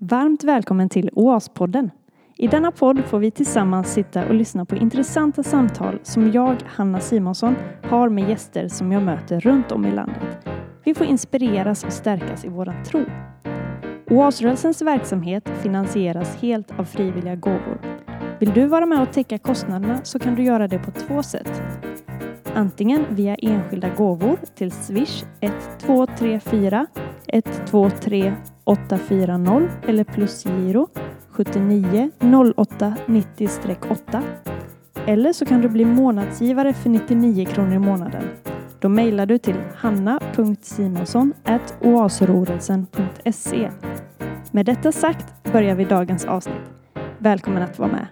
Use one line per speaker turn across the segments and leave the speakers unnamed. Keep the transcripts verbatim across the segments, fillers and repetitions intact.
Varmt välkommen till Oaspodden. I denna podd får vi tillsammans sitta och lyssna på intressanta samtal som jag, Hanna Simonsson, har med gäster som jag möter runt om i landet. Vi får inspireras och stärkas i våran tro. Oasrörelsens verksamhet finansieras helt av frivilliga gåvor. Vill du vara med och täcka kostnaderna så kan du göra det på två sätt. Antingen via enskilda gåvor till Swish ett två tre fyra ett två tre åtta fyra noll eller plusgiro sjuttionio noll åtta nittio åtta. Eller så kan du bli månadsgivare för nittionio kronor i månaden. Då mejlar du till hanna punkt simonsson at oasrörelsen punkt se. Med detta sagt börjar vi dagens avsnitt. Välkommen att vara med.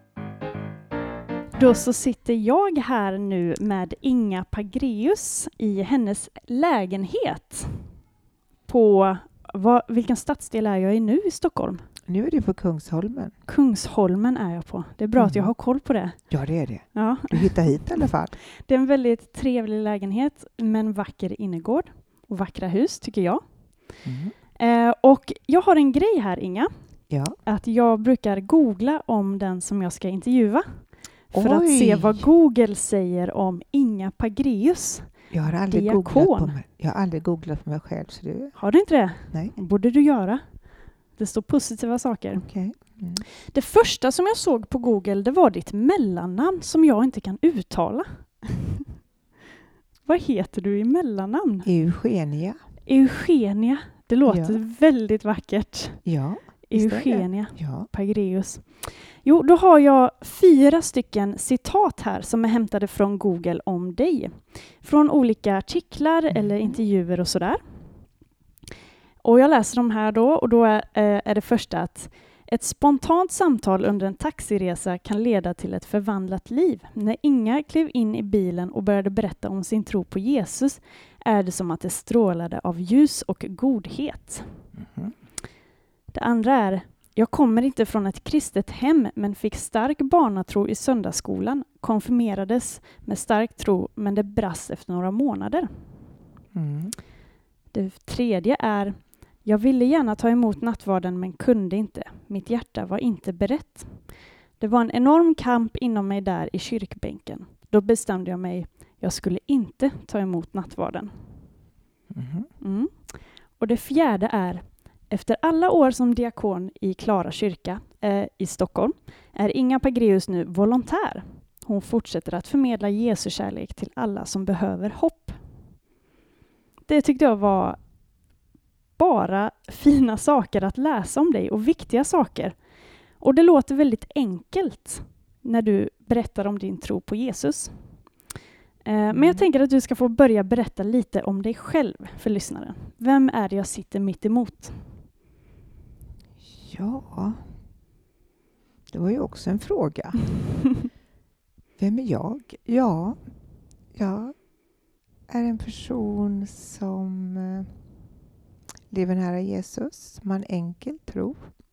Då så sitter jag här nu med Inga Pagreus i hennes lägenhet. På, vad, vilken stadsdel är jag i nu i Stockholm?
Nu är du på Kungsholmen.
Kungsholmen är jag på. Det är bra mm. att jag har koll på det.
Ja, det är det.
Ja.
Du hittar hit i alla fall.
Det är en väldigt trevlig lägenhet med en vacker innergård och vackra hus tycker jag. Mm. Eh, och jag har en grej här, Inga.
Ja.
Att jag brukar googla om den som jag ska intervjua. För
Oj.
att se vad Google säger om Inga Pagreus.
Jag har aldrig
Diakon.
googlat på mig. Jag har aldrig googlat på mig själv. Så det...
Har du inte det?
Nej.
Borde du göra. Det står positiva saker.
Okay. Mm.
Det första som jag såg på Google, det var ditt mellannamn som jag inte kan uttala. Vad heter du i mellannamn?
Eugenia.
Eugenia. Det låter
Ja.
väldigt vackert.
Ja.
Eugenia
Ja.
Pagreus. Jo, då har jag fyra stycken citat här som är hämtade från Google om dig. Från olika artiklar mm. eller intervjuer och sådär. Och jag läser dem här då och då är, är det första att ett spontant samtal under en taxiresa kan leda till ett förvandlat liv. När Inga klev in i bilen och började berätta om sin tro på Jesus är det som att det strålade av ljus och godhet. Mm. Det andra är, jag kommer inte från ett kristet hem men fick stark barnatro i söndagsskolan. Konfirmerades med stark tro men det brast efter några månader. Mm. Det tredje är, jag ville gärna ta emot nattvarden men kunde inte. Mitt hjärta var inte berett. Det var en enorm kamp inom mig där i kyrkbänken. Då bestämde jag mig, jag skulle inte ta emot nattvarden. Mm. Mm. Och det fjärde är, efter alla år som diakon i Klara kyrka eh, i Stockholm är Inga Pagreus nu volontär. Hon fortsätter att förmedla Jesu kärlek till alla som behöver hopp. Det tyckte jag var bara fina saker att läsa om dig och viktiga saker. Och det låter väldigt enkelt när du berättar om din tro på Jesus. Eh, mm. Men jag tänker att du ska få börja berätta lite om dig själv för lyssnaren. Vem är det jag sitter mitt emot?
Ja, det var ju också en fråga. Vem är jag? Ja, jag är en person som eh, lever nära Jesus, som har en enkel tro.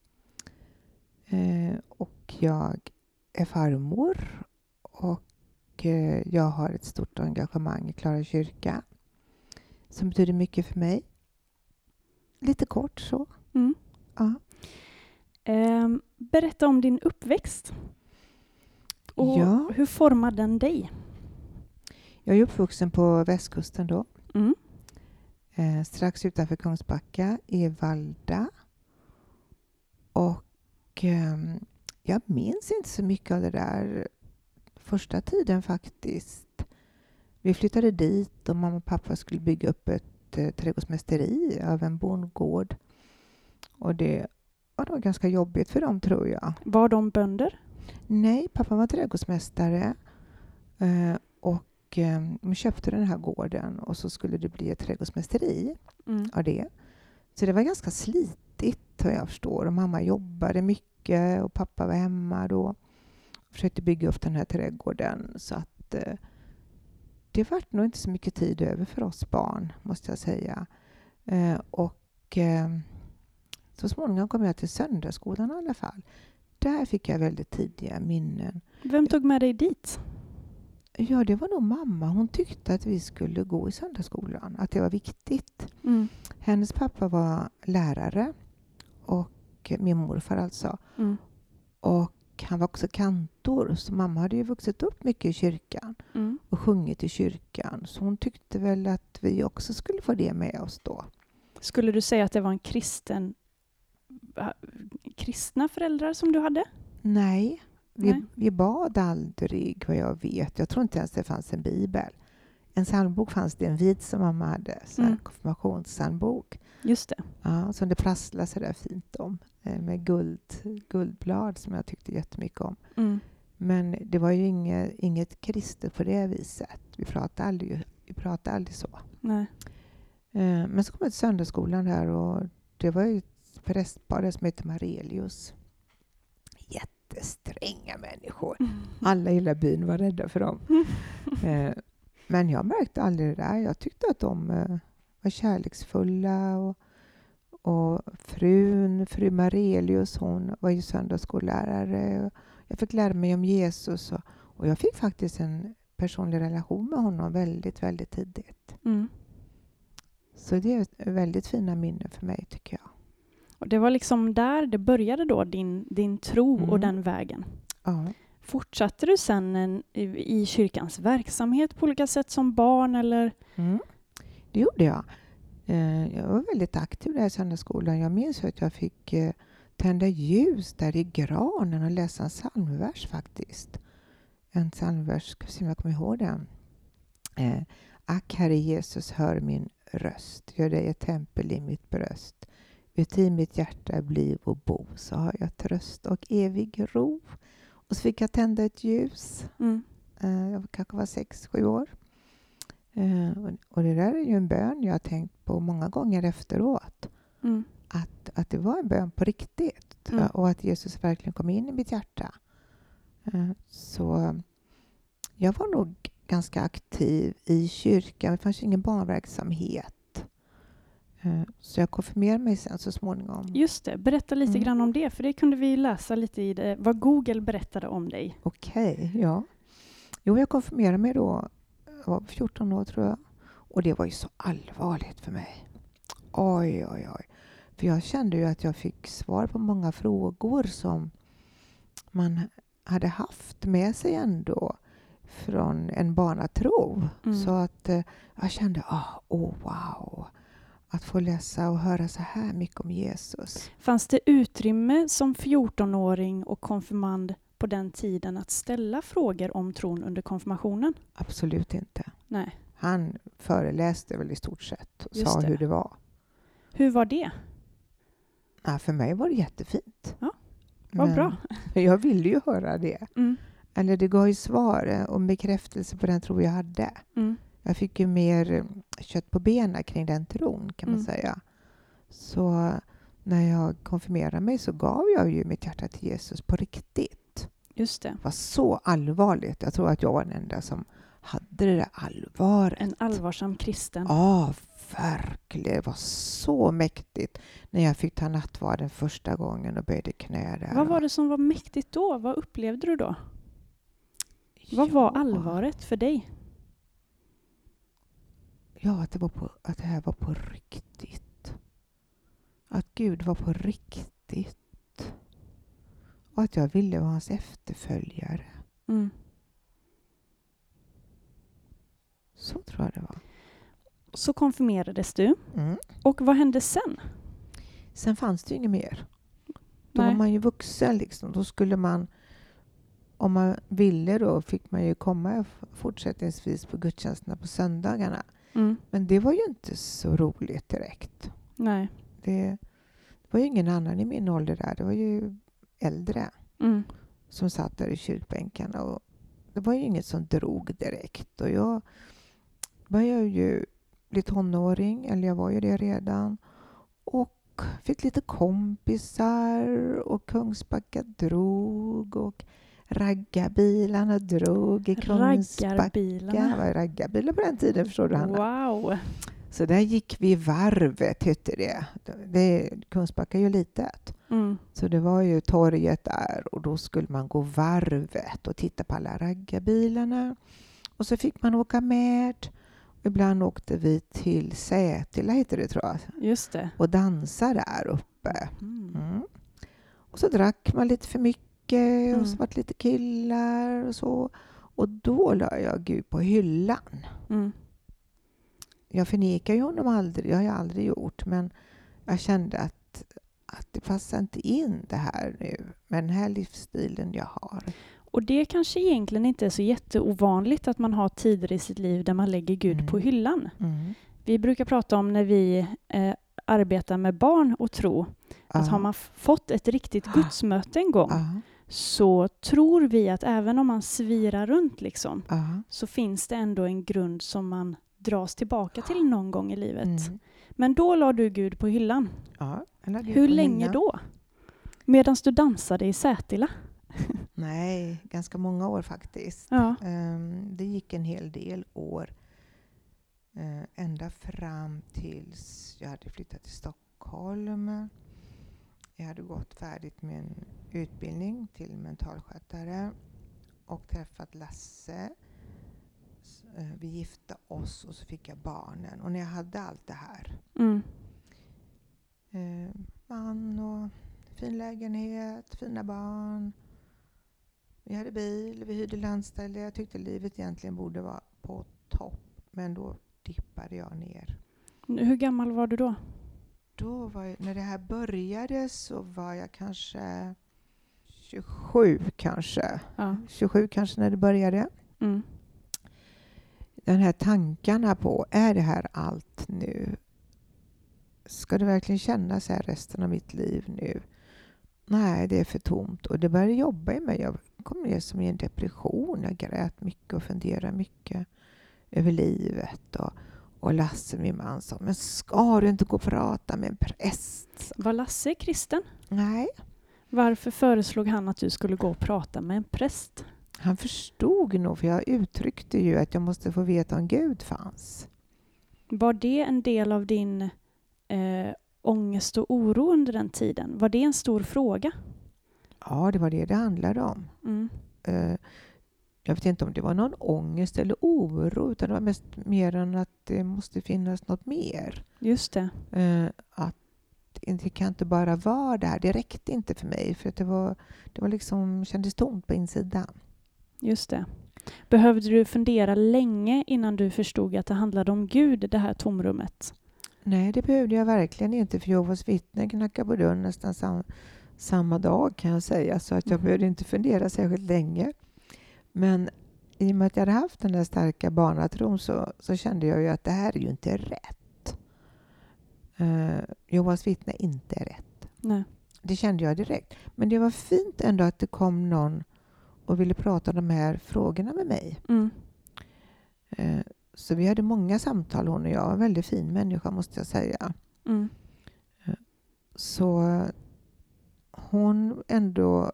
Eh, och jag är farmor och eh, jag har ett stort engagemang i Klara kyrka som betyder mycket för mig. Lite kort så.
Mm.
Ja.
Eh, berätta om din uppväxt. Och
ja.
hur formade den dig?
Jag är uppvuxen på västkusten då.
Mm.
Eh, strax utanför Kungsbacka i Valda. Och eh, jag minns inte så mycket av det där första tiden faktiskt. Vi flyttade dit och mamma och pappa skulle bygga upp ett eh, trädgårdsmästeri av en bondgård. Och det var nog ganska jobbigt för dem tror jag.
Var de bönder?
Nej, pappa var trädgårdsmästare. Eh, och eh, de köpte den här gården och så skulle det bli ett trädgårdsmästeri mm. av det. Så det var ganska slitigt vad jag förstår. Och mamma jobbade mycket och pappa var hemma då. Och försökte bygga upp den här trädgården. Så att eh, det var nog inte så mycket tid över för oss barn måste jag säga. Eh, och eh, så småningom kom jag till söndagsskolan i alla fall. Där fick jag väldigt tidiga minnen.
Vem tog med dig dit?
Ja, det var nog mamma. Hon tyckte att vi skulle gå i söndagsskolan. Att det var viktigt. Mm. Hennes pappa var lärare. Och och min morfar alltså.
Mm.
Och han var också kantor, så mamma hade ju vuxit upp mycket i kyrkan
Mm.
och sjungit i kyrkan. Så hon tyckte väl att vi också skulle få det med oss då.
Skulle du säga att det var en kristen, kristna föräldrar som du hade?
Nej, vi,
Nej.
vi bad aldrig vad jag vet. Jag tror inte ens det fanns en bibel. En psalmbok fanns det, en vit som mamma hade, så här,
Mm.
konfirmationspsalmbok.
Just det.
Ja, som det prasslade så där fint om. eh, Med guld, guldblad som jag tyckte jättemycket om.
Mm.
Men det var ju inget, inget kristet på det viset. Vi pratade aldrig, vi pratade aldrig så.
Nej.
Eh, Men så kom jag till söndagsskolan där och det var ju ett prästpar där som hette Marelius. Jättestränga människor. Alla i hela byn var rädda för dem. Eh, Men jag märkte aldrig det där. Jag tyckte att de eh, var kärleksfulla. Och, och frun, fru Marelius, hon var ju söndagsskollärare. Jag fick lära mig om Jesus. Och, och jag fick faktiskt en personlig relation med honom väldigt, väldigt tidigt.
Mm.
Så det är ett väldigt fina minne för mig tycker jag.
Och det var liksom där det började då, din, din tro
Mm.
och den vägen.
Ja.
Fortsatte du sen en, i, i kyrkans verksamhet på olika sätt som barn eller?
Mm. Det gjorde jag. Eh, Jag var väldigt aktiv där i söndagsskolan. Jag minns att jag fick eh, tända ljus där i granen och läsa en psalmvers faktiskt. En psalmvers, ska vi se om jag kommer ihåg den. Eh, Ack, Herre Jesus, hör min röst. Gör dig ett tempel i mitt bröst. Uti mitt hjärta bliv och bo. Så har jag tröst och evig ro. Och så fick jag tända ett ljus.
Mm.
Eh, Jag kanske var sex, sju år. Eh, och- Och det där är ju en bön jag har tänkt på många gånger efteråt.
Mm.
Att, att det var en bön på riktigt.
Mm.
eh, Och att Jesus verkligen kom in i mitt hjärta. Eh, Så jag var nog ganska aktiv i kyrkan. Det fanns ju ingen barnverksamhet. Eh, Så jag konfirmerade mig sen så småningom.
Just det, berätta lite
Mm.
grann om det, för det kunde vi läsa lite i det, vad Google berättade om dig.
Okej, ja. Jo, jag konfirmerade mig då. Jag var fjorton år tror jag. Och det var ju så allvarligt för mig. Oj, oj, oj. För jag kände ju att jag fick svar på många frågor som man hade haft med sig ändå från en barnatro.
Mm.
Så att eh, jag kände, ah, oh, wow. Att få läsa och höra så här mycket om Jesus.
Fanns det utrymme som fjortonåring och konfirmand på den tiden att ställa frågor om tron under konfirmationen?
Absolut inte.
Nej.
Han föreläste väl i stort sett och
Just
sa
det.
hur det var.
Hur var det?
Ja, för mig var det jättefint.
Ja, vad bra.
Men jag ville ju höra det.
Mm.
Eller det gav ju svar eh, och bekräftelse på den tro jag hade.
Mm.
Jag fick ju mer eh, kött på benen kring den tron kan man
Mm.
säga. Så när jag konfirmerade mig så gav jag ju mitt hjärta till Jesus på riktigt.
Just det.
Det var så allvarligt. Jag tror att jag var den enda som hade det där allvaret.
En allvarsam kristen.
Ja, verkligen. Det var så mäktigt när jag fick ta nattvarden första gången och böjde knä där.
Vad var det som var mäktigt då? Vad upplevde du då? Vad var allvaret för dig?
Ja, att det, var på, att det här var på riktigt. Att Gud var på riktigt. Och att jag ville vara hans efterföljare.
Mm.
Så tror jag det var.
Så konfirmerades du.
Mm.
Och vad hände sen?
Sen fanns det ju inget mer. Då
Nej.
var man ju vuxen liksom. Då skulle man, om man ville då, fick man ju komma fortsättningsvis på gudstjänsterna på söndagarna.
Mm.
Men det var ju inte så roligt direkt.
Nej.
Det, det var ju ingen annan i min ålder där. Det var ju äldre
Mm.
som satt där i kyrkbänkarna. Och det var ju inget som drog direkt. Och jag började ju bli tonåring, eller jag var ju det redan. Och fick lite kompisar och Kungsbacka drog och raggarbilarna drog i Kungsbacka.
Raggarbilarna.
Det var raggarbilar på den tiden, förstår du, Hanna?
Wow.
Så där gick vi varvet, hette det. det Kungsbacka är ju litet.
Mm.
Så det var ju torget där och då skulle man gå varvet och titta på alla raggarbilarna. Och så fick man åka med. Ibland åkte vi till Sätila, heter det tror jag.
Just det.
Och dansa där uppe.
Mm.
Mm. Och så drack man lite för mycket
Mm.
och så var det lite killar och så. Och då la jag Gud på hyllan.
Mm.
Jag förnekar ju honom aldrig, det har jag aldrig gjort. Men jag kände att, att det passar inte in det här nu med den här livsstilen jag har.
Och det kanske egentligen inte är så jätteovanligt att man har tider i sitt liv där man lägger Gud
Mm.
på hyllan.
Mm.
Vi brukar prata om när vi eh, arbetar med barn och tro. Att
Ja.
har man f- fått ett riktigt gudsmöte en gång
Ja.
så tror vi att även om man svirar runt liksom,
Ja.
så finns det ändå en grund som man dras tillbaka till någon gång i livet.
Mm.
Men då la du Gud på hyllan.
Ja, jag la Gud
Hur
på
länge
hyllan.
då? Medan du dansade i Sätila?
Nej, ganska många år faktiskt.
Ja.
Um, det gick en hel del år. Uh, ända fram tills jag hade flyttat till Stockholm. Jag hade gått färdigt med en utbildning till mentalskötare och träffat Lasse. S- uh, vi gifte oss och så fick jag barnen. Och när jag hade allt det här,
Mm.
uh, man och fin lägenhet, fina barn. Vi hade bil, vi hyrde landställe. Jag tyckte livet egentligen borde vara på topp. Men då dippade jag ner.
Hur gammal var du då?
Då var jag, när det här började så var jag kanske tjugosju kanske.
Ja.
tjugosju kanske när det började.
Mm.
Den här tankarna på, är det här allt nu? Ska det verkligen kännas så här resten av mitt liv nu? Nej, det är för tomt. Och det började jobba i mig. Jag kom ner som i en depression. Jag grät mycket och funderade mycket över livet. Och, och Lasse, min man, sa, men ska du inte gå och prata med en präst?
Var Lasse kristen?
Nej,
Varför föreslog han att du skulle gå och prata med en präst?
han förstod nog, för jag uttryckte ju att jag måste få veta om Gud fanns.
Var det en del av din eh, ångest och oro under den tiden? Var det en stor fråga?
Ja, det var det det handlade om.
Mm.
Uh, jag vet inte om det var någon ångest eller oro, utan det var mest mer än att det måste finnas något mer.
Just det.
Uh, att det kan inte bara vara det här. Det räckte inte för mig, för att det var, det var liksom, kändes tomt på insidan.
Just det. Behövde du fundera länge innan du förstod att det handlade om Gud, det här tomrummet?
Nej, det behövde jag verkligen inte, för Jehovas vittnen knackade på dörren nästan sam, samma dag kan jag säga, så att jag
Mm.
behövde inte fundera särskilt länge. Men i och med att jag hade haft den där starka barnatron så, så kände jag ju att det här är ju inte rätt. Uh, Jehovas vittne inte är rätt.
Nej.
Det kände jag direkt. Men det var fint ändå att det kom någon och ville prata om de här frågorna med mig.
Mm.
Uh, så vi hade många samtal, hon och jag. En väldigt fin människa, måste jag säga.
Mm.
Uh, så hon ändå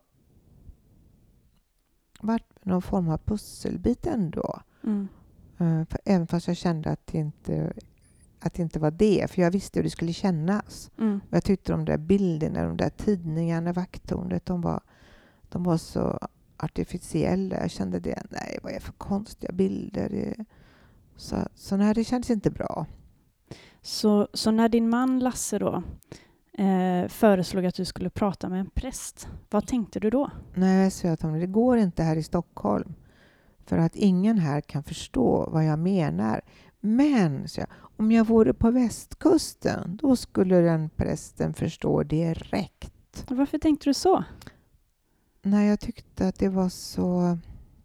varit någon form av pusselbit ändå.
Mm.
Uh, för även fast jag kände att det inte att det inte var det. För jag visste hur det skulle kännas.
Mm.
Och jag tyckte de där bilderna, de där tidningarna, vakttornet, de var, de var så artificiella. Jag kände det, nej, vad är för konstiga bilder. Det, så, så nej, det kändes inte bra.
Så, så när din man Lasse då eh, föreslog att du skulle prata med en präst, vad tänkte du då?
Nej, så jag tänkte, det går inte här i Stockholm. För att ingen här kan förstå vad jag menar. Men så jag, om jag vore på västkusten, då skulle den prästen förstå direkt.
Varför tänkte du så?
Nej, jag tyckte att det var så...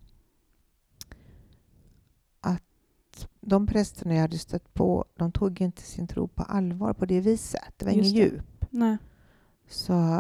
Att de prästerna jag hade stött på, de tog inte sin tro på allvar på det viset. Det var
Just
ingen
det.
djup.
Nej.
Så...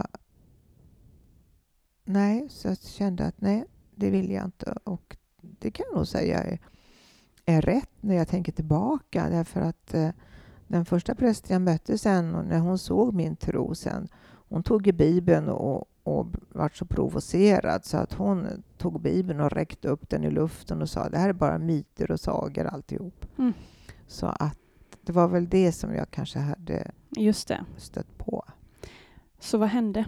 Nej, så jag kände att nej, det vill jag inte. Och det kan jag nog säga är, är rätt när jag tänker tillbaka. Därför att eh, den första prästen jag mötte sen, och när hon såg min tro sen, hon tog i Bibeln och, och var så provocerad så att hon tog Bibeln och räckte upp den i luften och sa det här är bara myter och sagor alltihop.
Mm.
Så att det var väl det som jag kanske hade
Just det.
stött på.
Så vad hände?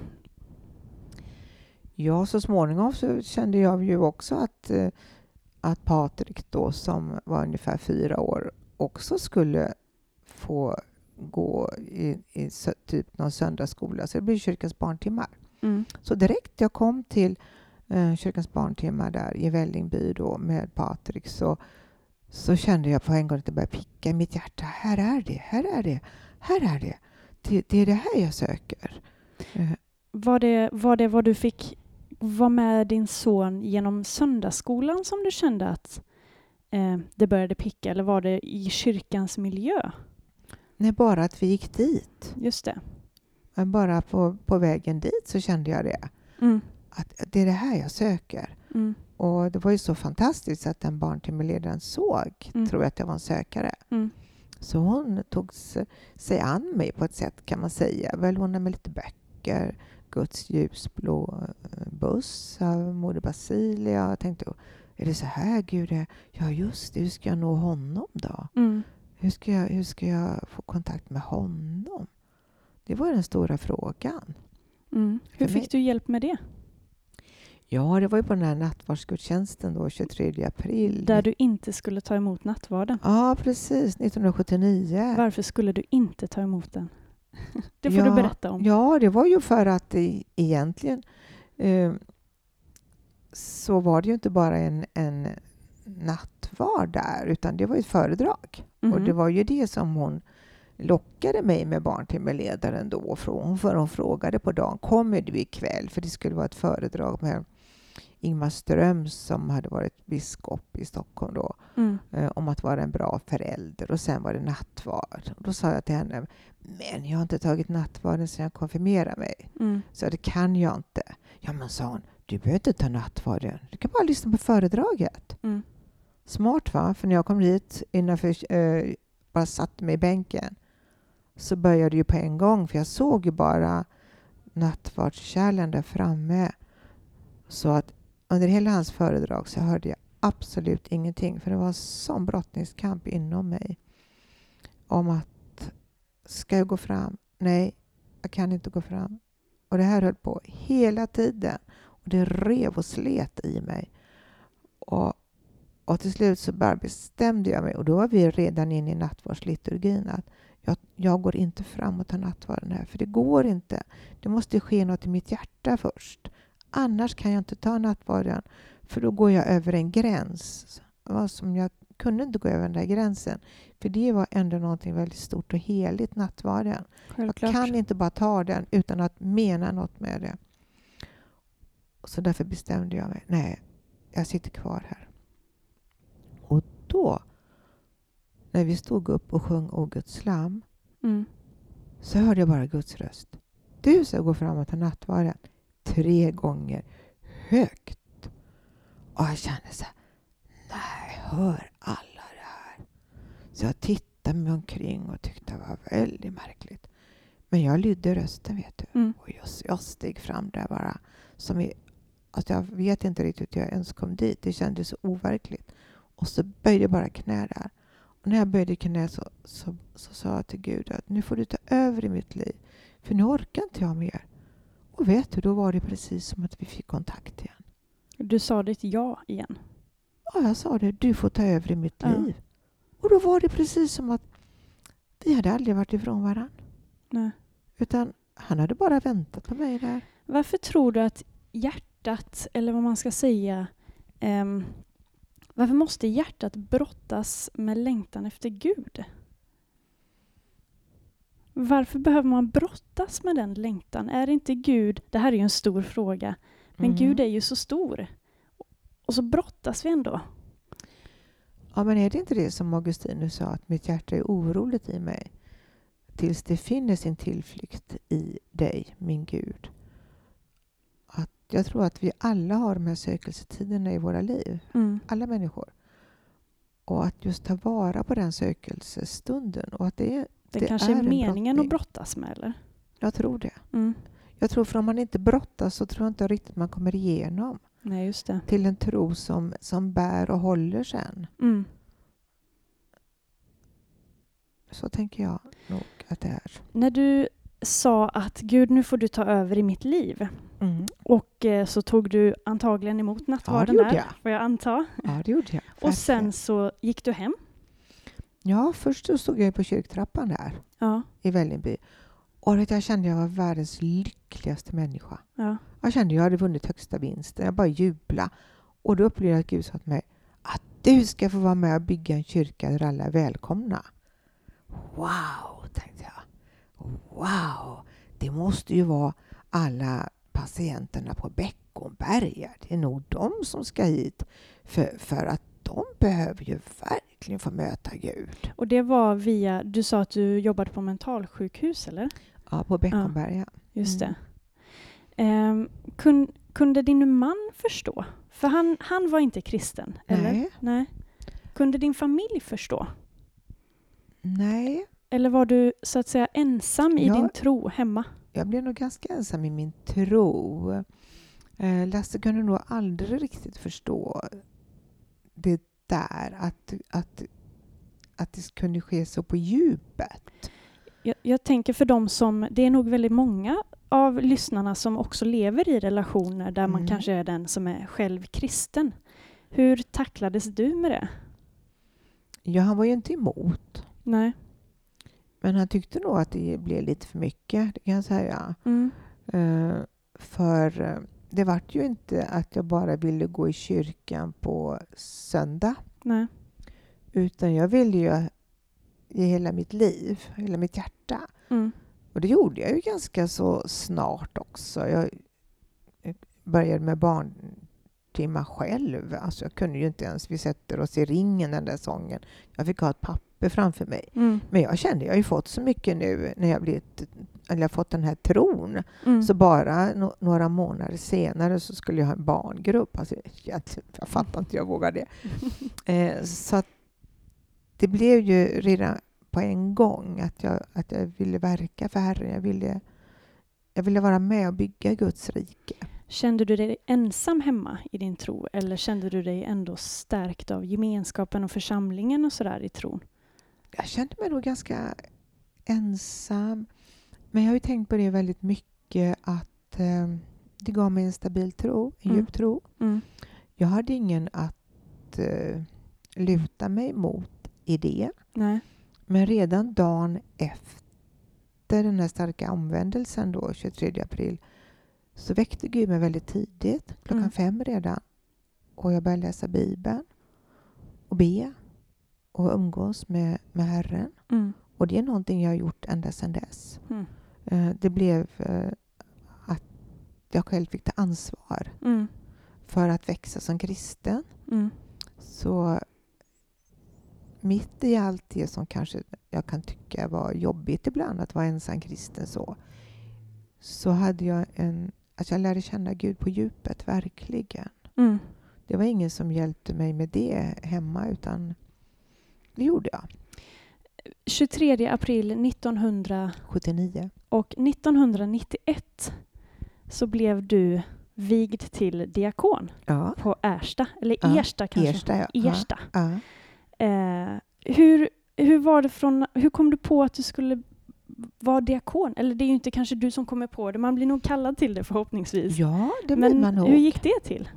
Ja, så småningom så kände jag ju också att, eh, att Patrik då, som var ungefär fyra år, också skulle få gå i, i sö- typ någon söndagsskola. Så det blir kyrkans barntimmar.
Mm.
Så direkt jag kom till eh, kyrkans barntimmar där i Vällingby då med Patrik så, så kände jag på en gång att det började picka i mitt hjärta. Här är det, här är det, här är det. Det, det är det här jag söker. Eh.
Var det, var det vad du fick vara med din son genom söndagsskolan som du kände att eh, det började picka, eller var det i kyrkans miljö?
Nej, bara att vi gick dit.
Just det.
Men bara på, på vägen dit så kände jag det.
Mm.
Att det är det här jag söker.
Mm.
Och det var ju så fantastiskt att den barntimmeledaren såg,
Mm.
tror jag att jag var en sökare.
Mm.
Så hon tog sig an mig på ett sätt kan man säga. Väl hon med lite böcker, Guds ljusblå buss av Moder Basilia. Jag tänkte, är det så här Gud är? Ja just det, hur ska jag nå honom då?
Mm.
Hur ska jag, hur ska jag få kontakt med honom? Det var den stora frågan.
Mm. Hur
För
fick
mig-
du hjälp med det?
Ja, det var ju på den här nattvardsgudstjänsten då, tjugotredje april.
Där du inte skulle ta emot nattvarden.
Ja, precis. nittonhundrasjuttionio.
Varför skulle du inte ta emot den? Det får
ja,
du berätta om.
Ja, det var ju för att det, egentligen eh, så var det ju inte bara en, en nattvard där, utan det var ett föredrag.
Mhm.
Och det var ju det som hon lockade mig med barntimmeledaren då. För hon frågade på dagen, kommer du ikväll? För det skulle vara ett föredrag med Ingmar Ströms som hade varit biskop i Stockholm då.
Mm.
Eh, om att vara en bra förälder. Och sen var det nattvard. Och då sa jag till henne, men jag har inte tagit nattvarden sedan jag konfirmerade mig.
Mm.
Så det kan jag inte. Ja men sa hon, du behöver inte ta nattvarden. Du kan bara lyssna på föredraget.
Mm.
Smart va? För när jag kom dit innanför, eh, bara satt mig i bänken. Så började ju på en gång. För jag såg ju bara nattvardskärlen där framme. Så att under hela hans föredrag så hörde jag absolut ingenting. För det var en sån brottningskamp inom mig. Om att, ska jag gå fram? Nej, jag kan inte gå fram. Och det här höll på hela tiden. Och det rev och slet i mig. Och, och till slut så bara bestämde jag mig. Och då var vi redan inne i nattvardsliturgin. Att jag, jag går inte fram och tar nattvarden här. För det går inte. Det måste ske något i mitt hjärta först. Annars kan jag inte ta nattvarden. För då går jag över en gräns. Vad som jag kunde inte gå över den där gränsen. För det var ändå någonting väldigt stort och heligt, nattvarden.
Självklart.
Jag kan inte bara ta den utan att mena något med det. Så därför bestämde jag mig. Nej, jag sitter kvar här. Och då, när vi stod upp och sjöng O Guds lam,
Mm.
så hörde jag bara Guds röst. Du ska gå fram och ta nattvarden. Tre gånger högt. Och jag kände så här, nej, hör alla det här? Så jag tittade mig omkring och tyckte det var väldigt märkligt. Men jag lydde rösten, vet du.
Mm.
Och jag, jag steg fram där bara. Som i, alltså jag vet inte riktigt hur jag ens kom dit. Det kändes så overkligt. Och så böjde jag bara knä där. Och när jag böjde knä så, så, så sa jag till Gud att nu får du ta över i mitt liv. För nu orkar inte jag mer. Och vet du, då var det precis som att vi fick kontakt igen.
Du sa ditt ja igen.
Och jag sa det, du får ta över i mitt
Ja.
liv. Och då var det precis som att vi hade aldrig varit ifrån varandra.
Nej.
Utan han hade bara väntat på mig där.
Varför tror du att hjärtat, eller vad man ska säga, ehm, varför måste hjärtat brottas med längtan efter Gud? Varför behöver man brottas med den längtan? Är inte Gud, det här är ju en stor fråga, men
Mm.
Gud är ju så stor. Och så brottas vi ändå.
Ja, men är det inte det som Augustinus sa, att mitt hjärta är oroligt i mig tills det finner sin tillflykt i dig, min Gud. Att jag tror att vi alla har de här sökelsetiderna i våra liv.
Mm.
Alla människor. Och att just ta vara på den sökelsestunden. Och att det, är-
Det,
det
kanske är,
är en
meningen
brottning.
att brottas med, eller?
Jag tror det.
Mm.
Jag tror för om man inte brottas så tror jag inte riktigt man kommer igenom
Nej, just det.
till en tro som, som bär och håller sen.
Mm.
Så tänker jag nog att det är.
När du sa att Gud, nu får du ta över i mitt liv.
Mm.
Och eh, så tog du antagligen emot nattvarden
gjorde
där,
jag.
får jag anta.
Ja, det gjorde jag.
Och sen
Verkligen.
så gick du hem.
Ja, först så stod jag på kyrktrappan där
Ja.
i Vällingby. Och jag kände att jag var världens lyckligaste människa.
Ja.
Jag kände att jag hade vunnit högsta vinsten. Jag bara jublade. Och då upplevde jag att Gud sa till mig att du ska få vara med och bygga en kyrka där alla är välkomna. Wow, tänkte jag. Wow, det måste ju vara alla patienterna på Beckomberga. Det är nog de som ska hit. För, för att de behöver ju verkligen få möta Gud.
Och det var via, du sa att du jobbade på mentalsjukhus, eller?
Ja, på Beckomberga.
Ja, just
Mm.
det. Um, kun, kunde din man förstå? För han, han var inte kristen, eller?
Nej.
Nej. Kunde din familj förstå?
Nej.
Eller var du så att säga ensam i
Ja.
din tro hemma?
Jag blev nog ganska ensam i min tro. Eh, Lasse kunde nog aldrig riktigt förstå det där. Att, att, att det kunde ske så på djupet.
Jag, jag tänker för dem som, det är nog väldigt många av lyssnarna som också lever i relationer där man
Mm.
kanske är den som är själv kristen. Hur tacklades du med det?
Ja, han var ju inte emot.
Nej.
Men han tyckte nog att det blev lite för mycket, det kan jag säga.
Mm.
Eh, för eh, det var ju inte att jag bara ville gå i kyrkan på söndag.
Nej.
Utan jag ville ju i hela mitt liv, hela mitt hjärta.
Mm.
Och det gjorde jag ju ganska så snart också. Jag började med barntimmar själv. Alltså jag kunde ju inte ens, vi sätter oss i ringen den där sången. Jag fick ha ett papper framför mig.
Mm.
Men jag kände, jag har ju fått så mycket nu när jag blivit, eller jag fått den här tron.
Mm.
Så bara no- några månader senare så skulle jag ha en barngrupp. Alltså, jag, jag fattar inte, jag vågar det. Eh, så att det blev ju redan på en gång att jag, att jag ville verka för Herren. Jag ville, jag ville vara med och bygga Guds rike.
Kände du dig ensam hemma i din tro? Eller kände du dig ändå stärkt av gemenskapen och församlingen och sådär i tron?
Jag kände mig nog ganska ensam. Men jag har ju tänkt på det väldigt mycket att eh, det gav mig en stabil tro, en
Mm.
djup tro.
Mm.
Jag hade ingen att eh, luta mig mot i det.
Nej.
Men redan dagen efter den här starka omvändelsen då, tjugotredje april, så väckte Gud mig väldigt tidigt, klockan
Mm.
fem redan. Och jag började läsa Bibeln och be och umgås med, med Herren.
Mm.
Och det är någonting jag har gjort ända sedan dess.
Mm.
Eh, det blev eh, att jag själv fick ta ansvar
Mm.
för att växa som kristen.
Mm.
Så mitt i allt det som kanske jag kan tycka var jobbigt ibland att vara ensam kristen så, så hade jag en, att jag lärde känna Gud på djupet, verkligen.
Mm.
Det var ingen som hjälpte mig med det hemma, utan det gjorde jag.
tjugotredje april nittonhundra
sjuttionio.
och nittonhundranittioett så blev du vigd till diakon
Ja.
på Ersta, eller
Ja,
Ersta kanske.
Ersta, ja.
Ersta.
Ja.
Eh, hur, hur var det från, hur kom du på att du skulle vara diakon? Eller det är ju inte kanske du som kommer på det, man blir nog kallad till det förhoppningsvis.
Ja, det blir
Men
man nog.
hur gick det till?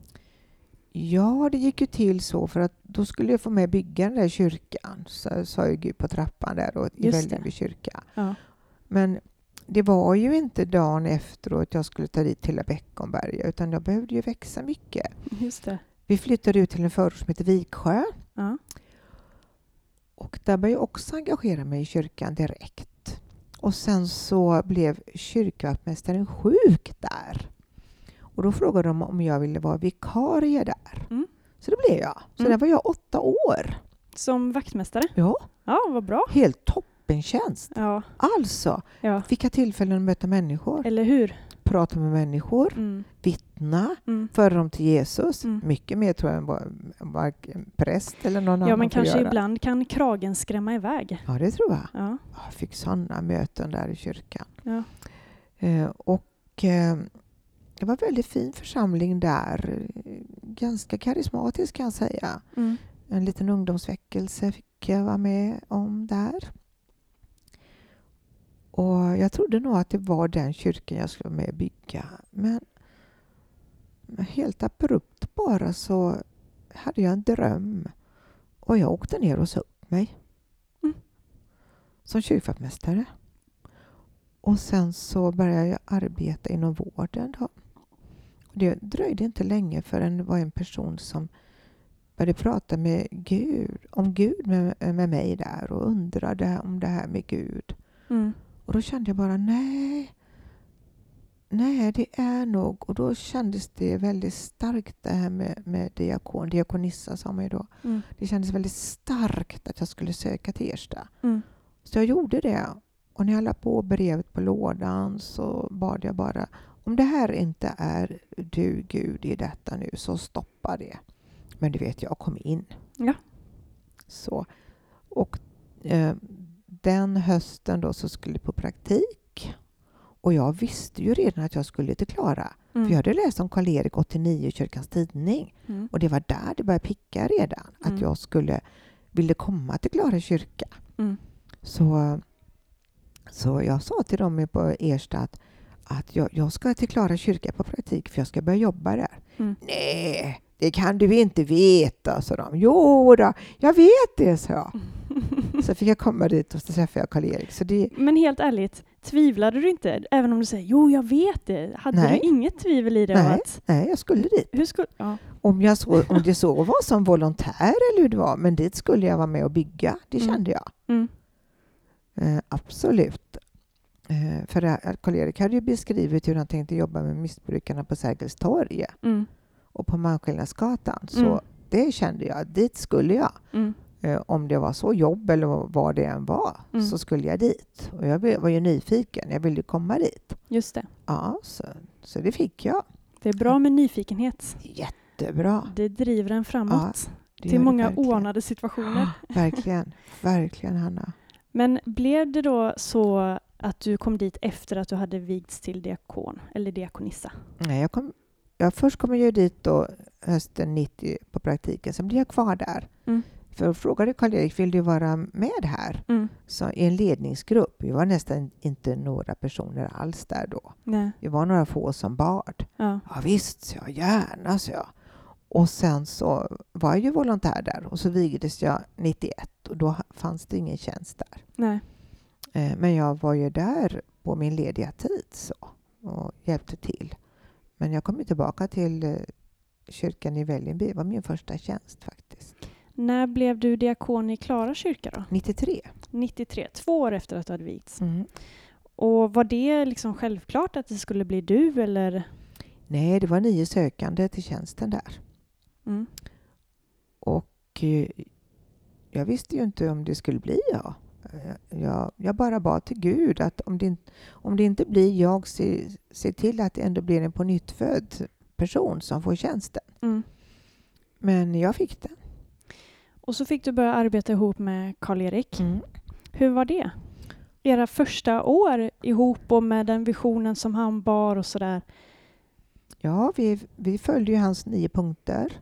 Ja, det gick ju till så för att då skulle jag få med bygga den där kyrkan. Så sa ju Gud på trappan där då, i
Just det.
Vällingby kyrka.
Ja.
Men det var ju inte dagen efteråt jag skulle ta dit till Beckomberga, utan jag behövde ju växa mycket.
Just det.
Vi flyttade ut till en förort som heter Viksjö.
Ja.
Och där började jag också engagera mig i kyrkan direkt. Och sen så blev kyrkvaktmästaren sjuk där. Och då frågade de om jag ville vara vikarie där.
Mm.
Så det blev jag. Så
Mm.
där var jag åtta år.
Som vaktmästare?
Ja,
Ja, vad bra.
helt toppentjänst.
Ja,
Alltså,
ja.
fick jag tillfällen att möta människor.
Eller hur?
Prata med människor.
Mm.
Vittna.
Mm.
Föra dem till Jesus.
Mm.
Mycket mer tror jag än vad varken präst eller någon
Ja,
annan
men
får
kanske
göra.
ibland kan kragen skrämma iväg.
Ja, det tror jag.
Ja,
Jag fick sådana möten där i kyrkan.
ja.
Eh, och eh, det var en väldigt fin församling där. Ganska karismatisk kan jag säga.
Mm.
En liten ungdomsväckelse fick jag vara med om där. Och jag trodde nog att det var den kyrkan jag skulle vara med och bygga. Men helt abrupt bara så hade jag en dröm. Och jag åkte ner och sa upp mig.
Mm.
Som kyrkvaktmästare. Och sen så började jag arbeta inom vården då. Och det dröjde inte länge förrän det var en person som började prata med Gud, om Gud med, med mig där och undrade om det här med Gud.
Mm.
Och då kände jag bara, nej, nej det är nog. Och då kändes det väldigt starkt det här med, med diakon, diakonissa sa man ju då.
Mm.
Det kändes väldigt starkt att jag skulle söka till Ersta.
Mm.
Så jag gjorde det. Och när jag la på brevet på lådan så bad jag bara, om det här inte är du Gud i detta nu så stoppa det. Men du vet, jag kom in.
Ja.
Så. Och eh, den hösten då så skulle jag på praktik. Och jag visste ju redan att jag skulle till Klara.
Mm.
För jag hade läst om Karl-Erik åttionio i Kyrkans tidning.
Mm.
Och det var där det började picka redan.
Mm.
Att jag skulle ville komma till Klara kyrka.
Mm.
Så, så jag sa till dem på Ersta att, att jag, jag ska till Klara kyrka på praktik för jag ska börja jobba där.
Mm.
Nej, det kan du inte veta, sa de. Jo då, jag vet det, sa jag. Så fick jag komma dit och så träffade jag Karl-Erik. Så det...
Men helt ärligt, tvivlade du inte? Även om du säger, jo jag vet det. Hade
Nej.
du inget tvivel i det?
Nej,
Att...
nej, jag skulle dit.
Hur skulle... Ja.
Om, jag så, om det så var som volontär eller hur det var, men dit skulle jag vara med och bygga. Det
Mm.
kände jag.
Mm.
Eh, absolut. Eh, för det- Karl-Erik hade ju beskrivit hur han tänkte jobba med missbrukarna på Sergels torg
Mm.
och på Malmskillnadsgatan. Så
Mm.
det kände jag. Dit skulle jag.
Mm.
Eh, om det var så jobb eller vad det än var
Mm.
så skulle jag dit. Och jag var ju nyfiken. Jag ville komma dit.
Just det.
Ja, så, så det fick jag.
Det är bra med nyfikenhet.
Jättebra.
Det driver en framåt.
Det gör
till
det
många
verkligen.
oanade situationer.
Verkligen. Verkligen, Hanna.
Men blev det då så att du kom dit efter att du hade vigts till diakon eller diakonissa?
Nej, jag kom, jag först kom jag dit då hösten nittio på praktiken. Sen blev jag kvar där.
Mm.
För jag frågade Karl-Erik, vill du vara med här?
Mm.
Så i en ledningsgrupp. Vi var nästan inte några personer alls där då.
Nej.
Vi var några få som bad.
Ja.
Ja visst, så jag gärna, så jag. Och sen så var jag ju volontär där. Och så vigdes jag nittioett. Och då fanns det ingen tjänst där.
Nej.
Eh, men jag var ju där på min lediga tid så. Och hjälpte till. Men jag kom ju tillbaka till eh, kyrkan i Vällingby. Det var min första tjänst faktiskt.
När blev du diakon i Klara kyrka då?
nittiotre.
nittiotre, två år efter att du hade vigts.
Mm.
Och var det liksom självklart att det skulle bli du eller?
Nej, det var nio sökande till tjänsten där.
Mm.
Och eh, jag visste ju inte om det skulle bli jag. Eh, Jag, jag bara bad till Gud att om det, inte- om det inte blir jag, se, se till att det ändå blir en på nytt född person som får tjänsten.
Mm.
Men jag fick den.
Och så fick du börja arbeta ihop med Karl-Erik.
Mm.
Hur var det? Era första år ihop och med den visionen som han bar och sådär.
Ja, vi, vi följde ju hans nio punkter.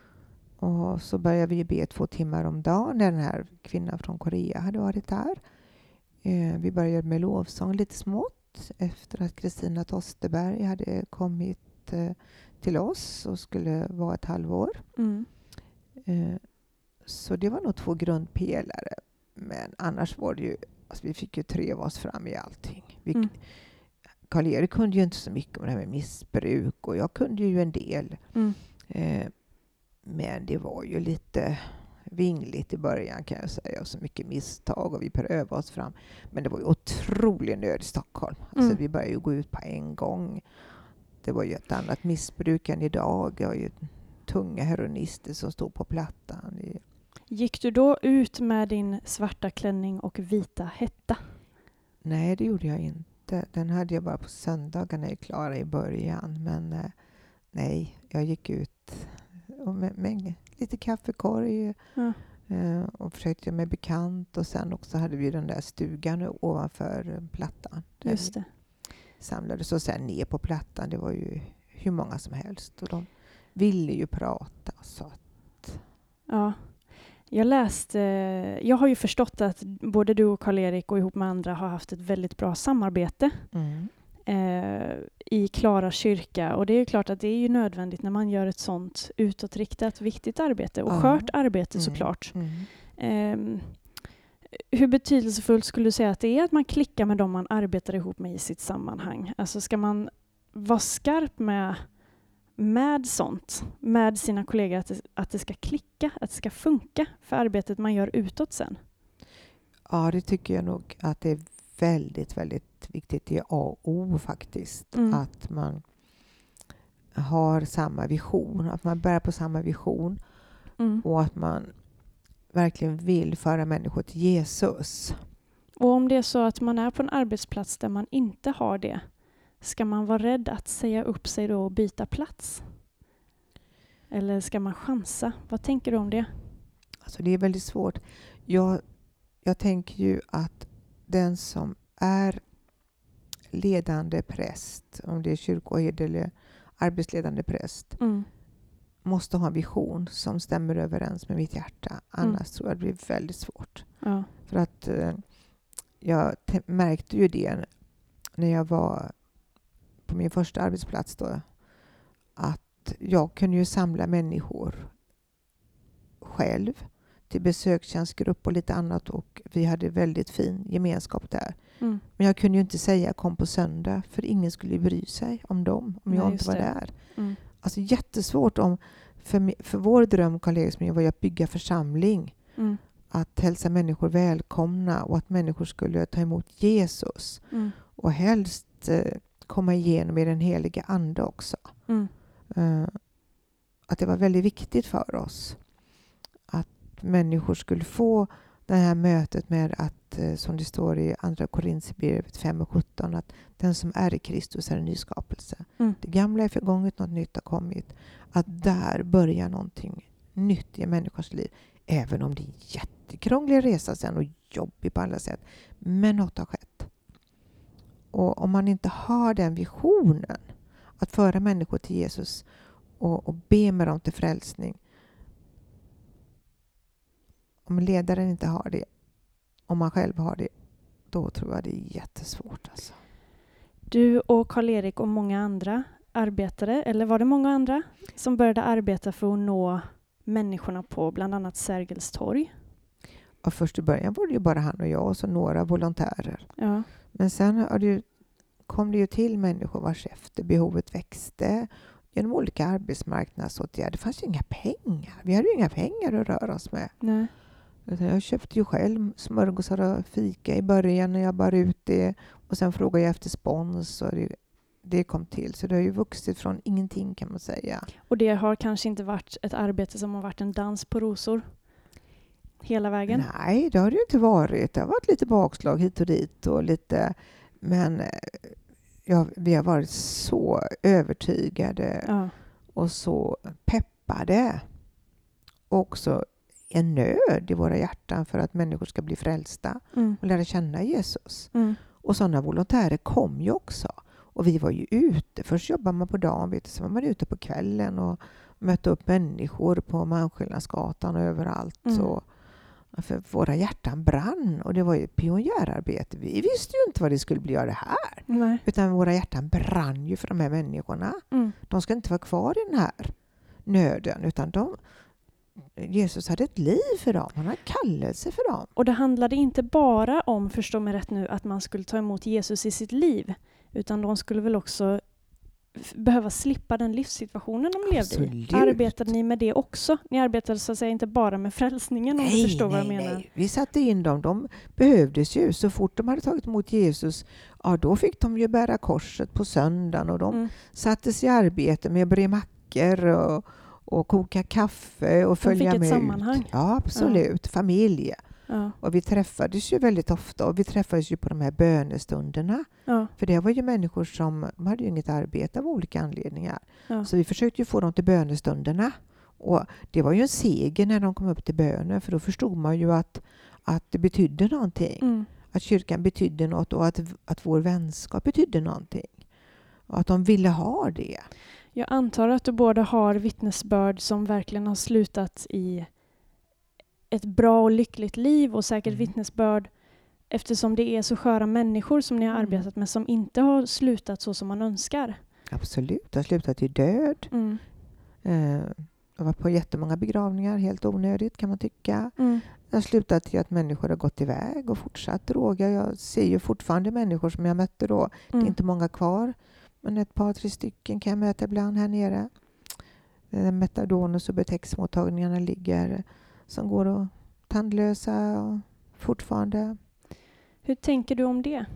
Och så började vi be två timmar om dagen när den här kvinnan från Korea hade varit där. Eh, vi började med lovsång lite smått efter att Kristina Tosterberg hade kommit eh, till oss och skulle vara ett halvår.
Mm.
Eh, så det var nog två grundpelare. Men annars var det ju, alltså vi fick ju treva oss fram i allting. Vi,
Mm.
Karl-Erik kunde ju inte så mycket om det här med missbruk och jag kunde ju en del.
Mm.
Eh, men det var ju lite vingligt i början kan jag säga och så mycket misstag och vi prövade oss fram. Men det var ju otrolig nöd i Stockholm. Alltså
Mm.
vi började ju gå ut på en gång. Det var ju ett annat missbruk än idag. Det var ju tunga heroinister som stod på plattan.
Gick du då ut med din svarta klänning och vita hetta?
Nej, det gjorde jag inte. Den hade jag bara på söndagarna i Klara i början. Men eh, nej, jag gick ut och med, med lite kaffekorg
Ja.
eh, och försökte göra mig bekant. Och sen också hade vi den där stugan ovanför eh, plattan. Där
Just det.
vi samlades och sen ner på plattan. Det var ju hur många som helst. Och de ville ju prata. Så att,
Ja. Jag läste, jag har ju förstått att både du och Karl-Erik och ihop med andra har haft ett väldigt bra samarbete
mm.
eh, i Klara kyrka. Och det är klart att det är ju nödvändigt när man gör ett sånt utåtriktat viktigt arbete och
Ja.
skört arbete
Mm.
såklart.
Mm.
Eh, hur betydelsefullt skulle du säga att det är att man klickar med dem man arbetar ihop med i sitt sammanhang? Alltså ska man vara skarp med, med sånt, med sina kollegor, att det, att det ska klicka, att det ska funka för arbetet man gör utåt sen?
Ja, det tycker jag nog att det är väldigt, väldigt viktigt. Det är A och O faktiskt.
Mm.
Att man har samma vision, att man bär på samma vision
Mm.
och att man verkligen vill föra människor till Jesus.
Och om det är så att man är på en arbetsplats där man inte har det, ska man vara rädd att säga upp sig då och byta plats? Eller ska man chansa? Vad tänker du om det?
Alltså det är väldigt svårt. Jag, jag tänker ju att den som är ledande präst, om det är kyrkoherde eller arbetsledande präst,
Mm.
måste ha en vision som stämmer överens med mitt hjärta. Annars
Mm.
tror jag det blir väldigt svårt.
Ja.
För att eh, jag te- märkte ju det när jag var på min första arbetsplats då, att jag kunde ju samla människor själv till besökstjänstgrupp och lite annat, och vi hade väldigt fin gemenskap där.
Mm.
Men jag kunde ju inte säga kom på söndag, för ingen skulle bry sig om dem om
Nej,
jag inte
just
var
det.
där.
Mm.
Alltså jättesvårt om, för, mi- för vår dröm, Karl-Eriks min, var ju att bygga församling.
Mm.
Att hälsa människor välkomna och att människor skulle ta emot Jesus.
Mm.
Och helst eh, komma igenom i den heliga ande också.
Mm.
Eh, att det var väldigt viktigt för oss att människor skulle få det här mötet med att, eh, som det står i andra Korinthierbrevet fem och sjutton, att den som är i Kristus är en ny skapelse.
Mm.
Det gamla är förgånget, något nytt har kommit. Att där börjar någonting nytt i en människors liv. Även om det är en jättekrånglig resa sen och jobbig på alla sätt. Men något har skett. Och om man inte har den visionen att föra människor till Jesus och, och be med dem till frälsning. Om ledaren inte har det, om man själv har det, då tror jag det är jättesvårt. Alltså.
Du och Karl-Erik och många andra arbetare, eller var det många andra som började arbeta för att nå människorna på bland annat Sergels torg?
Och först i början var det ju bara han och jag och så några volontärer.
Ja.
Men sen har det ju, kom det ju till människor vars efter behovet växte genom olika arbetsmarknadsåtgärder. Det fanns ju inga pengar. Vi hade ju inga pengar att röra oss med.
Nej.
Utan jag köpte ju själv smörgåsar och fika i början när jag bar ut det. Och sen frågade jag efter spons och det, det kom till. Så det har ju vuxit från ingenting kan man säga.
Och det har kanske inte varit ett arbete som har varit en dans på rosor hela vägen?
Nej, det har det ju inte varit. Det har varit lite bakslag hit och dit och lite... Men ja, vi har varit så övertygade
Ja.
och så peppade. Och också en nöd i våra hjärtan för att människor ska bli frälsta
Mm.
och lära känna Jesus.
Mm.
Och sådana volontärer kom ju också. Och vi var ju ute. Först jobbade man på dagen, vet du, så var man ute på kvällen och mötte upp människor på Malmskillnadsgatan och överallt.
Mm.
Så, för våra hjärtan brann. Och det var ju pionjärarbete. Vi visste ju inte vad det skulle bli av det här.
Nej.
Utan våra hjärtan brann ju för de här människorna.
Mm.
De ska inte vara kvar i den här nöden. Utan de, Jesus hade ett liv för dem. Han hade kallelse för dem.
Och det handlade inte bara om, förstå mig rätt nu, att man skulle ta emot Jesus i sitt liv. Utan de skulle väl också f- behöva slippa den livssituationen de levde i.
Absolut.
Arbetade ni med det också? Ni arbetade så att säga inte bara med frälsningen, om du förstår vad jag menar.
Nej. Vi satte in dem. De behövdes ju. Så fort de hade tagit emot Jesus, ja, då fick de ju bära korset på söndagen. Och de
Mm.
sattes i arbete med att bre mackor och, och koka kaffe och
De
följa
fick ett
med
sammanhang.
ut. Ja, absolut. Familj.
Ja.
Och vi träffades ju väldigt ofta. Och vi träffades ju på de här bönestunderna.
Ja.
För det var ju människor som de hade ju inget arbete av olika anledningar.
Ja.
Så vi försökte ju få dem till bönestunderna. Och det var ju en seger när de kom upp till bönen. För då förstod man ju att, att det betydde någonting.
Mm.
Att kyrkan betydde något och att, att vår vänskap betydde någonting. Och att de ville ha det.
Jag antar att du både har vittnesbörd som verkligen har slutat i ett bra och lyckligt liv och säkert
Mm.
vittnesbörd eftersom det är så sköra människor som ni har
Mm.
arbetat med som inte har slutat så som man önskar.
Absolut. Det har slutat i död.
Mm.
Eh, Jag var på jättemånga begravningar, helt onödigt kan man tycka.
Mm.
Det har slutat till att människor har gått iväg och fortsatt droga. Jag ser ju fortfarande människor som jag mötte då. Mm. Det är inte många kvar, men ett par, tre stycken kan jag möta ibland här nere. Metadon och Subutex-mottagningarna ligger som går och tandlösa och fortfarande.
Hur tänker du om det?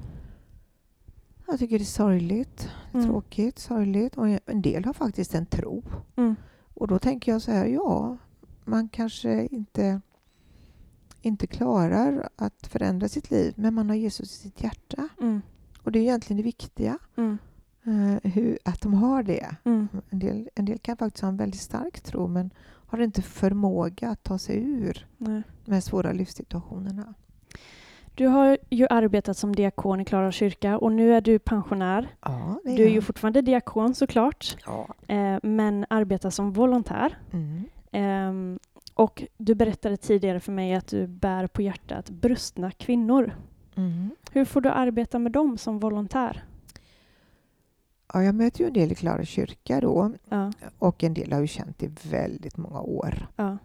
Jag tycker det är sorgligt, mm. tråkigt, sorgligt. Och en del har faktiskt en tro. Mm. Och då tänker jag så här, ja, man kanske inte, inte klarar att förändra sitt liv, men man har Jesus i sitt hjärta. Mm. Och det är egentligen det viktiga. Mm. Uh, hur, att de har det. Mm. En, del, en del kan faktiskt ha en väldigt stark tro, men har inte förmåga att ta sig ur Nej. de svåra livssituationerna.
Du har ju arbetat som diakon i Klara kyrka och nu är du pensionär.
Ja, det är
du är
jag.
ju fortfarande diakon såklart,
ja.
eh, men arbetar som volontär. Mm. Eh, och du berättade tidigare för mig att du bär på hjärtat brustna kvinnor. Mm. Hur får du arbeta med dem som volontär?
Ja, jag möter ju en del i Klara kyrka då.
Ja.
Och en del har ju känt i väldigt många år.
Ja.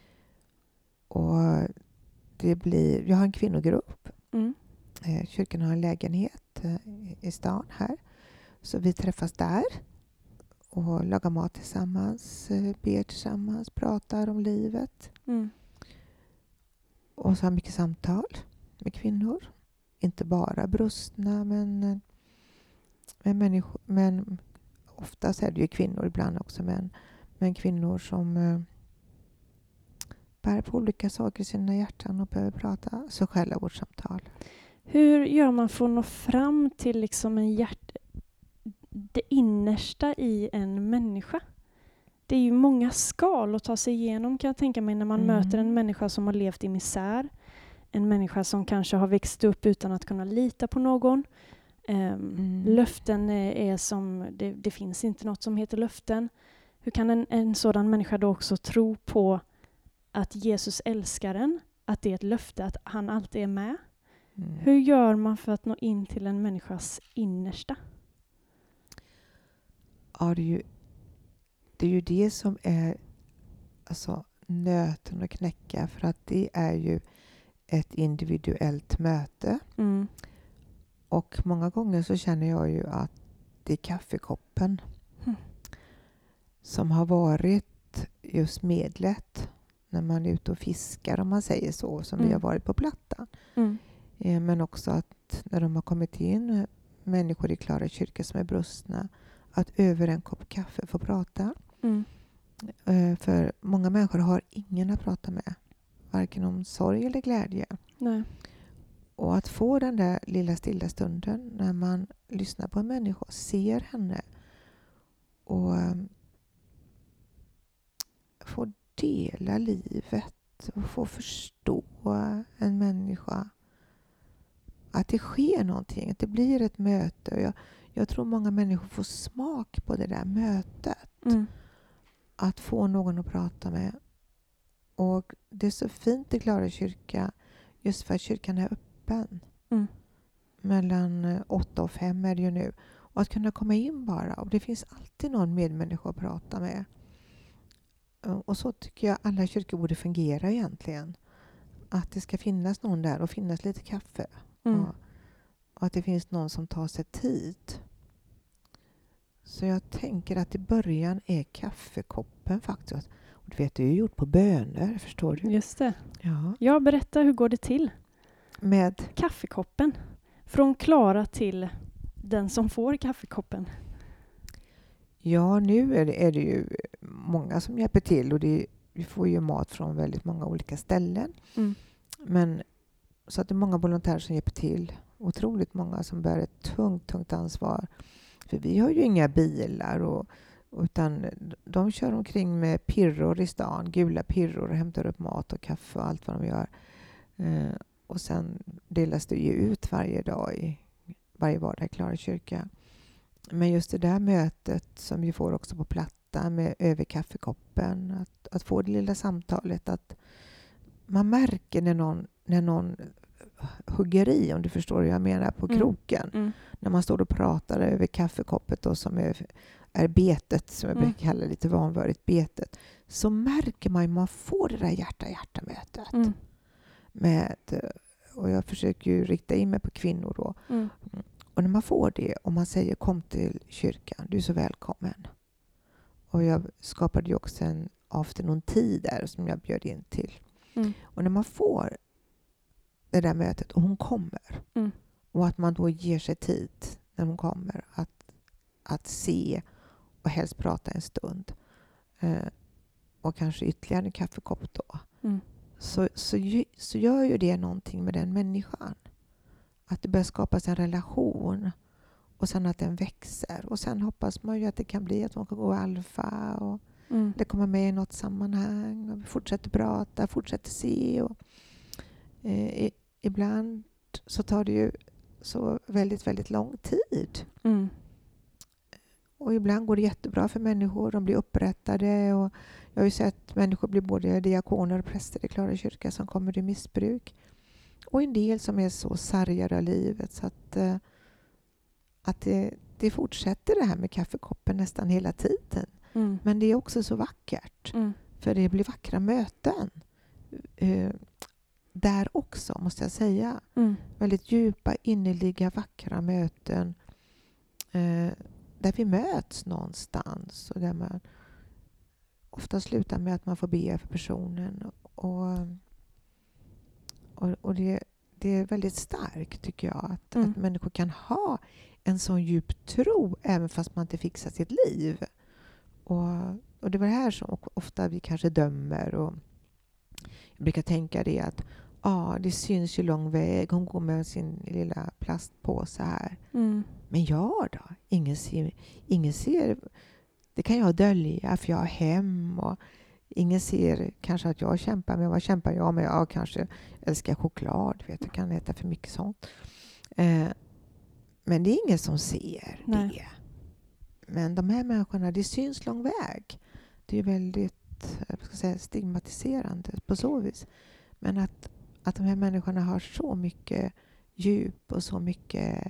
Och det blir, jag har en kvinnogrupp.
Mm.
Kyrkan har en lägenhet i stan här. Så vi träffas där. Och lagar mat tillsammans. Ber tillsammans. Pratar om livet.
Mm.
Och så har mycket samtal med kvinnor. Inte bara brustna men... Men, människor, men oftast är det ju kvinnor, ibland också män. Men kvinnor som eh, bär på olika saker i sina hjärtan och behöver prata så själva vårt samtal.
Hur gör man för att nå fram till liksom en hjärt... det innersta i en människa? Det är ju många skal att ta sig igenom kan jag tänka mig när man mm. möter en människa som har levt i misär. En människa som kanske har växt upp utan att kunna lita på någon. Um, mm. Löften är, är som, det, det finns inte något som heter löften. Hur kan en, en sådan människa då också tro på att Jesus älskar en? Att det är ett löfte, att han alltid är med? Mm. Hur gör man för att nå in till en människas innersta?
Ja, det är ju det, är ju det som är alltså, nöten att knäcka. För att det är ju ett individuellt möte.
Mm.
Och många gånger så känner jag ju att det är kaffekoppen mm. som har varit just medlet när man är ute och fiskar, om man säger så, som mm. vi har varit på Plattan.
Mm.
Eh, men också att när de har kommit in människor i Klara kyrka som är brustna, att över en kopp kaffe få prata.
Mm.
Eh, för många människor har ingen att prata med, varken om sorg eller glädje.
Nej.
Och att få den där lilla stilla stunden när man lyssnar på en människa, ser henne och um, får dela livet och få förstå en människa. Att det sker någonting, att det blir ett möte. Och jag, jag tror många människor får smak på det där mötet.
Mm.
Att få någon att prata med. Och det är så fint i Klara kyrka just för att kyrkan är öppen.
Mm.
Mellan åtta och fem är det ju nu. Och att kunna komma in bara. Och det finns alltid någon medmänniska att prata med. Och så tycker jag alla kyrkor borde fungera egentligen. Att det ska finnas någon där och finnas lite kaffe.
Mm.
Och, och att det finns någon som tar sig tid. Så jag tänker att i början är kaffekoppen faktiskt. Och du vet, det är ju gjort på bönor, förstår du?
Just det.
Ja.
Jag berättar, hur går det till?
Med
kaffekoppen. Från Klara till den som får kaffekoppen.
Ja, nu är det, är det ju många som hjälper till. Och det, vi får ju mat från väldigt många olika ställen.
Mm.
Men så att det är många volontärer som hjälper till. Otroligt många som bär ett tungt, tungt ansvar. För vi har ju inga bilar. Och, utan de kör omkring med pirror i stan. Gula pirror och hämtar upp mat och kaffe och allt vad de gör. Eh, Och sen delas det ju ut varje dag i varje vardag i Klara kyrka. Men just det där mötet som vi får också på Plattan med över kaffekoppen. Att, att få det lilla samtalet. Att man märker när någon, när någon hugger i, om du förstår vad jag menar, på kroken.
Mm. Mm.
När man står och pratar över kaffekoppet då, som är är betet, som jag
Mm.
brukar kalla lite vanvördigt betet, så märker man ju man får det där hjärta-hjärta-mötet.
Mm.
Med, och jag försöker ju rikta in mig på kvinnor då.
Mm.
Och när man får det och man säger kom till kyrkan, du är så välkommen. Och jag skapade ju också en afternoon-tid där som jag bjöd in till.
Mm.
Och när man får det där mötet och hon kommer
Mm.
och att man då ger sig tid när hon kommer att, att se och helst prata en stund eh, och kanske ytterligare en kaffekopp då.
Mm.
Så, så, så gör ju det någonting med den människan. Att det börjar skapas en relation och sen att den växer. Och sen hoppas man ju att det kan bli att man kan gå alfa och
Mm.
det kommer med i något sammanhang. Och vi fortsätter prata, fortsätter se. Och, eh, i, ibland så tar det ju så väldigt, väldigt lång tid.
Mm.
Och ibland går det jättebra för människor. De blir upprättade. Och jag har ju sett människor bli både diakoner och präster i Klara kyrka som kommer i missbruk. Och en del som är så sargade av livet så att, eh, att det, det fortsätter det här med kaffekoppen nästan hela tiden.
Mm.
Men det är också så vackert.
Mm.
För det blir vackra möten. Eh, där också, måste jag säga.
Mm.
Väldigt djupa, innerliga, vackra möten. Eh, där vi möts någonstans. Och där man ofta slutar med att man får be för personen. Och, och, och det, det är väldigt starkt, tycker jag. Att,
Mm.
att människor kan ha en sån djup tro även fast man inte fixar sitt liv. Och, och det var det här som ofta vi kanske dömer. Och jag brukar tänka det att ja, det syns ju lång väg. Hon går med sin lilla plastpåse här.
Mm.
Men jag då? Ingen ser, ingen ser. Det kan jag dölja för jag har hem. Och ingen ser kanske att jag kämpar med. Vad kämpar jag med? Jag kanske älskar choklad. Vet, jag kan äta för mycket sånt. Eh, men det är ingen som ser
Nej.
det. Men de här människorna, det syns lång väg. Det är väldigt jag ska säga, stigmatiserande på så vis. Men att, att de här människorna har så mycket djup och så mycket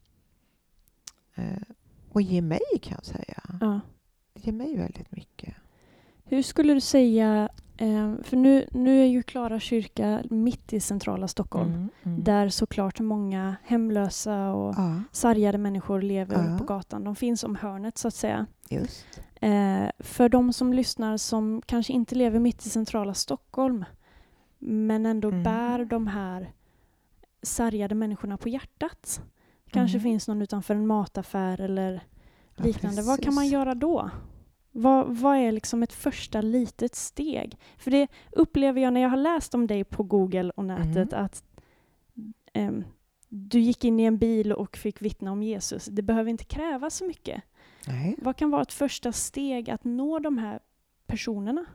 eh, och ger mig, kan jag säga.
Ja.
Det ger mig väldigt mycket.
Hur skulle du säga, eh, för nu, nu är ju Klara kyrka mitt i centrala Stockholm.
Mm, mm.
Där såklart många hemlösa och
Ja,
sargade människor lever
Ja.
på gatan. De finns om hörnet så att säga.
just.
Eh, för de som lyssnar som kanske inte lever mitt i centrala Stockholm men ändå
Mm.
bär de här sargade människorna på hjärtat. Kanske
Mm.
finns någon utanför en mataffär eller
Ja,
liknande. Vad kan man
precis.
göra då? Vad, vad är liksom ett första litet steg? För det upplever jag när jag har läst om dig på Google och nätet
Mm.
att ehm, du gick in i en bil och fick vittna om Jesus. Det behöver inte krävas så mycket.
Nej.
Vad kan vara ett första steg att nå de här personerna?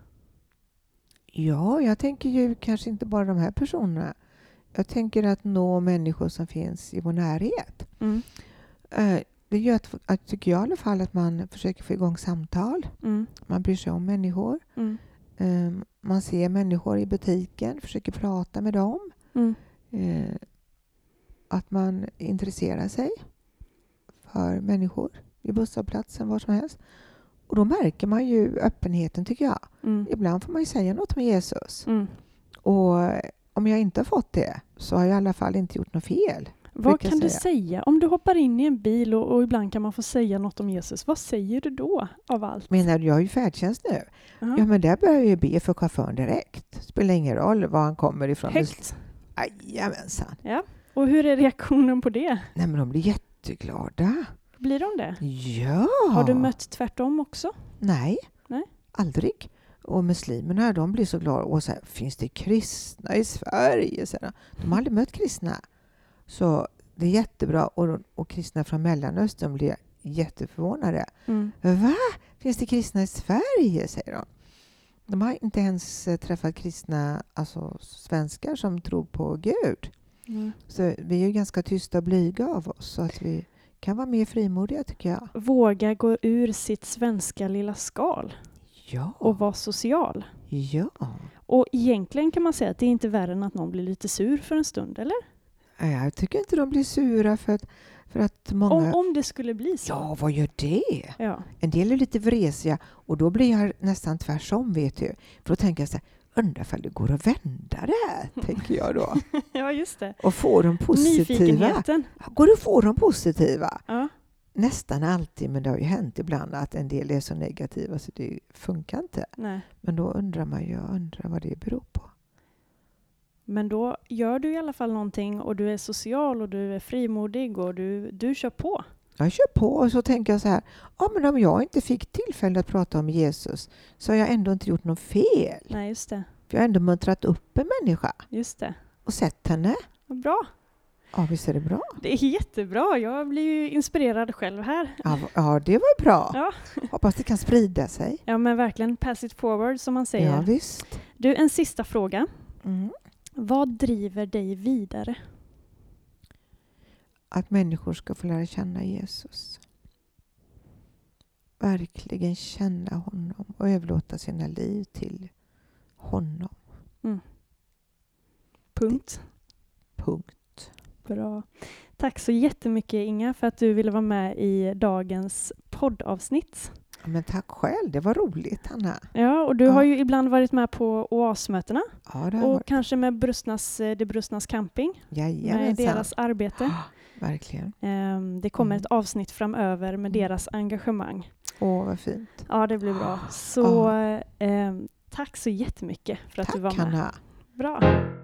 Ja, jag tänker ju kanske inte bara de här personerna. Jag tänker att nå människor som finns i vår närhet.
Mm.
Eh, Det gör att, att, tycker jag i alla fall, att man försöker få igång samtal.
Mm.
Man bryr sig om människor.
Mm.
Eh, Man ser människor i butiken, försöker prata med dem.
Mm.
Eh, Att man intresserar sig för människor i busshållplatsen, var som helst. Och då märker man ju öppenheten, tycker jag.
Mm.
Ibland får man ju säga något med Jesus.
Mm.
Och om jag inte har fått det så har jag i alla fall inte gjort något fel.
Vad
brukar
kan du
säga.
säga? Om du hoppar in i en bil och, och ibland kan man få säga något om Jesus. Vad säger du då av allt?
Menar du, jag har ju färdtjänst nu.
Ja.
Ja, men där börjar jag ju be för chauffören direkt. Spelar ingen roll var han kommer ifrån.
Högt.
Jajamensan.
Ja. Och hur är reaktionen på det?
Nej, men de blir jätteglada.
Blir de det?
Ja.
Har du mött tvärtom också?
Nej.
Nej.
Aldrig. Och muslimerna, de blir så glada. Och så här, finns det kristna i Sverige? Så här, de har aldrig mött kristna. Så det är jättebra. Och, och kristna från Mellanöstern blir jätteförvånade.
Mm.
Va? Finns det kristna i Sverige? Säger de. De har inte ens eh, träffat kristna, alltså svenskar som tror på Gud.
Mm.
Så vi är ju ganska tysta och blyga av oss. Så att vi kan vara mer frimodiga, tycker jag.
Våga gå ur sitt svenska lilla skal
Ja.
och vara social.
Ja.
Och egentligen kan man säga att det är inte värre än att någon blir lite sur för en stund, eller?
Jag tycker inte de blir sura för att, för att många...
Om, om det skulle bli så.
Ja, vad gör det?
Ja.
En del är lite vresiga och då blir jag nästan tvärsom, vet du. För då tänker jag så här, undrar ifall det går att vända det här, tänker jag då.
Ja, just det.
Och få dem positiva.
Nyfikenheten.
Går det att få dem positiva?
Ja.
Nästan alltid, men det har ju hänt ibland att en del är så negativa så det funkar inte.
Nej.
Men då undrar man ju, jag undrar vad det beror på.
Men då gör du i alla fall någonting och du är social och du är frimodig och du, du kör på.
Jag kör på och så tänker jag så här, ja men om jag inte fick tillfälle att prata om Jesus så har jag ändå inte gjort något fel.
Nej, just det.
För jag har ändå muntrat upp en människa.
Just det.
Och sett henne.
Bra.
Ja, visst är det bra?
Det är jättebra. Jag blir ju inspirerad själv här.
Ja, ja det var bra.
Ja.
Hoppas det kan sprida sig.
Ja, men verkligen pass it forward som man säger.
Ja, visst.
Du, en sista fråga.
Mm.
Vad driver dig vidare?
Att människor ska få lära känna Jesus. Verkligen känna honom och överlåta sina liv till honom.
Mm. Punkt.
Punkt.
Bra. Tack så jättemycket Inga för att du ville vara med i dagens poddavsnitt.
Ja, men tack själv, det var roligt Anna.
Ja, och du
Ja.
har ju ibland varit med på oasmötena.
Ja, det har
Och
varit.
kanske med Brustnas, det Brustnas camping.
Jajamensan.
Med deras arbete.
Ja, verkligen.
Um, det kommer
Mm.
ett avsnitt framöver med
Mm.
deras engagemang.
Åh, vad fint.
Ja, det blir bra. Så um, tack så jättemycket för att
Tack
du var med.
Anna.
Bra.